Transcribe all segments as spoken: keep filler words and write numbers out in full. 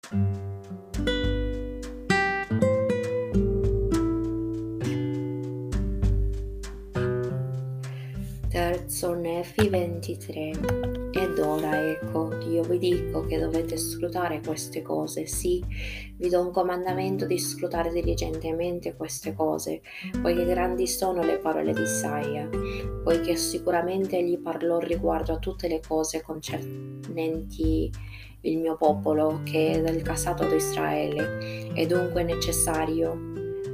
Terzo Nefi ventitré. Ed ora ecco, io vi dico che dovete scrutare queste cose, sì, vi do un comandamento di scrutare diligentemente queste cose, poiché grandi sono le parole di Isaia, poiché sicuramente egli parlò riguardo a tutte le cose concernenti il mio popolo, che è del casato di Israele, è dunque necessario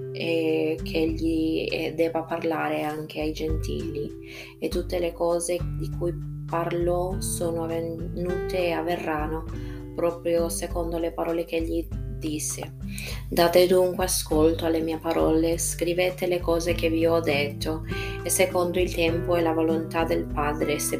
e che egli eh, debba parlare anche ai gentili, e tutte le cose di cui parlò sono avvenute e avverranno proprio secondo le parole che egli disse. Date dunque ascolto alle mie parole, scrivete le cose che vi ho detto, e secondo il tempo e la volontà del Padre se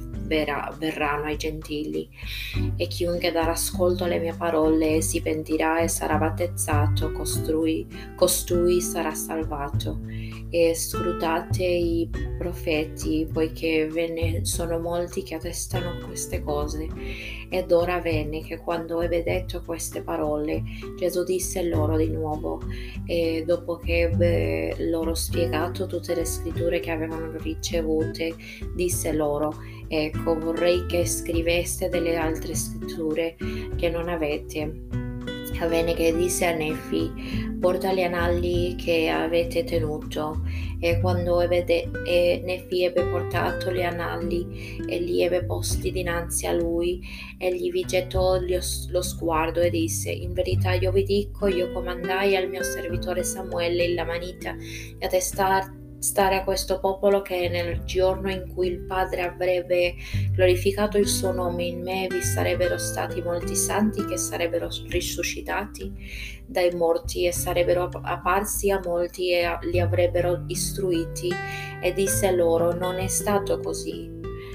perverranno ai gentili. E chiunque darà ascolto alle mie parole si pentirà e sarà battezzato, costui, costui sarà salvato. E scrutate i profeti, poiché ve ne sono molti che attestano queste cose. Ed ora avvenne che quando ebbe detto queste parole, Gesù disse loro di nuovo, e dopo che ebbe loro spiegato tutte le scritture che avevano ricevute, disse loro: ecco, vorrei che scriveste delle altre scritture che non avete. Avvenne che disse a Nefi: porta gli anelli che avete tenuto. E quando ebbe de- e Nefi ebbe portato gli anelli e li ebbe posti dinanzi a lui, egli vi gettò lo sguardo e disse: in verità io vi dico, io comandai al mio servitore Samuele il Lamanita di attestare stare a questo popolo che nel giorno in cui il Padre avrebbe glorificato il suo nome in me vi sarebbero stati molti santi che sarebbero risuscitati dai morti e sarebbero apparsi a molti e li avrebbero istruiti. E disse loro: non è stato così.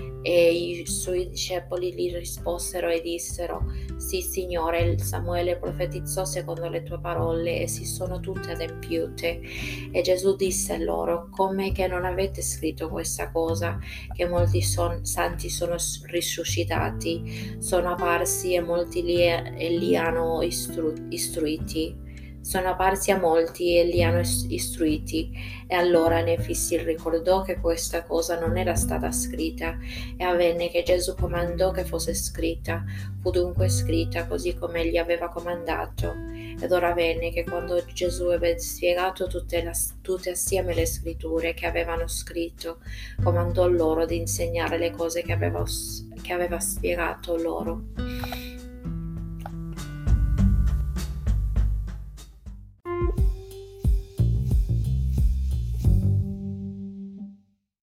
E i suoi discepoli gli risposero e dissero: sì, Signore, Samuele profetizzò secondo le tue parole e si sono tutte adempiute. E Gesù disse loro: come che non avete scritto questa cosa, che molti son, santi sono risuscitati, sono apparsi e molti li, e li hanno istru, istruiti. Sono apparsi a molti e li hanno istruiti. E allora Nefi si ricordò che questa cosa non era stata scritta, e avvenne che Gesù comandò che fosse scritta. Fu dunque scritta così come egli aveva comandato. Ed ora avvenne che quando Gesù ebbe spiegato tutte, la, tutte assieme le scritture che avevano scritto, comandò loro di insegnare le cose che aveva, che aveva spiegato loro.